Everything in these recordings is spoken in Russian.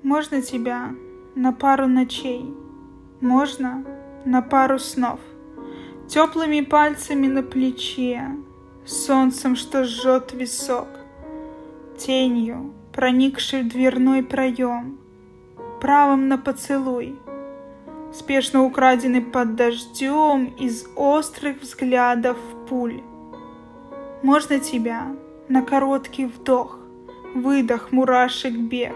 Можно тебя на пару ночей, можно на пару снов, теплыми пальцами на плече, солнцем, что жжет висок, тенью, проникшей в дверной проем, правом на поцелуй, спешно украденный под дождем из острых взглядов пуль. Можно тебя на короткий вдох, выдох, мурашек, бег.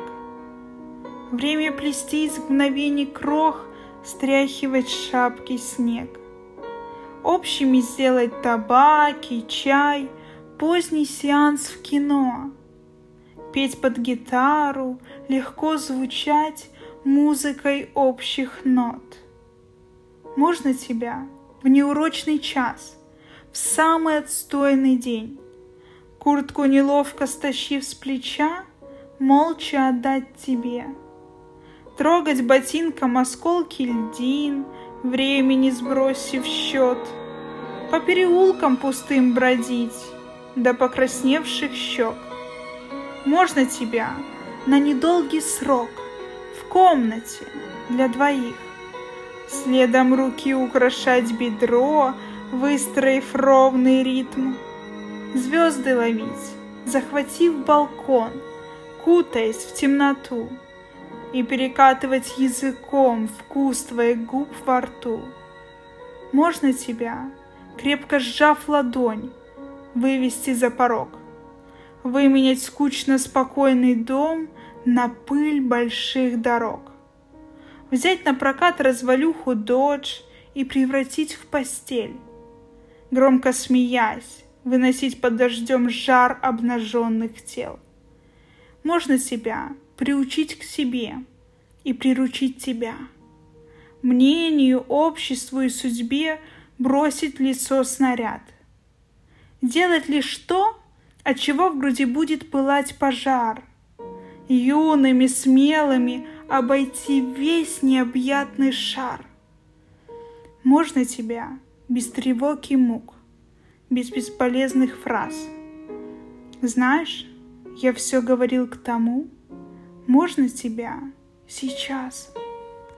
Время плести из мгновений крох, стряхивать с шапки снег. Общими сделать табак и чай, поздний сеанс в кино. Петь под гитару, легко звучать музыкой общих нот. Можно тебя в неурочный час, в самый отстойный день, куртку неловко стащив с плеча, молча отдать тебе. Трогать ботинком осколки льдин, времени сбросив счет, по переулкам пустым бродить, до покрасневших щек. Можно тебя на недолгий срок в комнате для двоих, следом руки украшать бедро, выстроив ровный ритм, звезды ловить, захватив балкон, кутаясь в темноту, и перекатывать языком вкус твоих губ во рту. Можно тебя, крепко сжав ладонь, вывести за порог, выменять скучно спокойный дом на пыль больших дорог, взять на прокат развалюху додж и превратить в постель, громко смеясь, выносить под дождем жар обнаженных тел. Можно тебя приучить к себе и приручить тебя, мнению, обществу и судьбе бросить в лицо снаряд, делать лишь то, от чего в груди будет пылать пожар, юными, смелыми обойти весь необъятный шар. Можно тебя без тревог и мук, без бесполезных фраз. Знаешь, я все говорил к тому, можно тебя сейчас.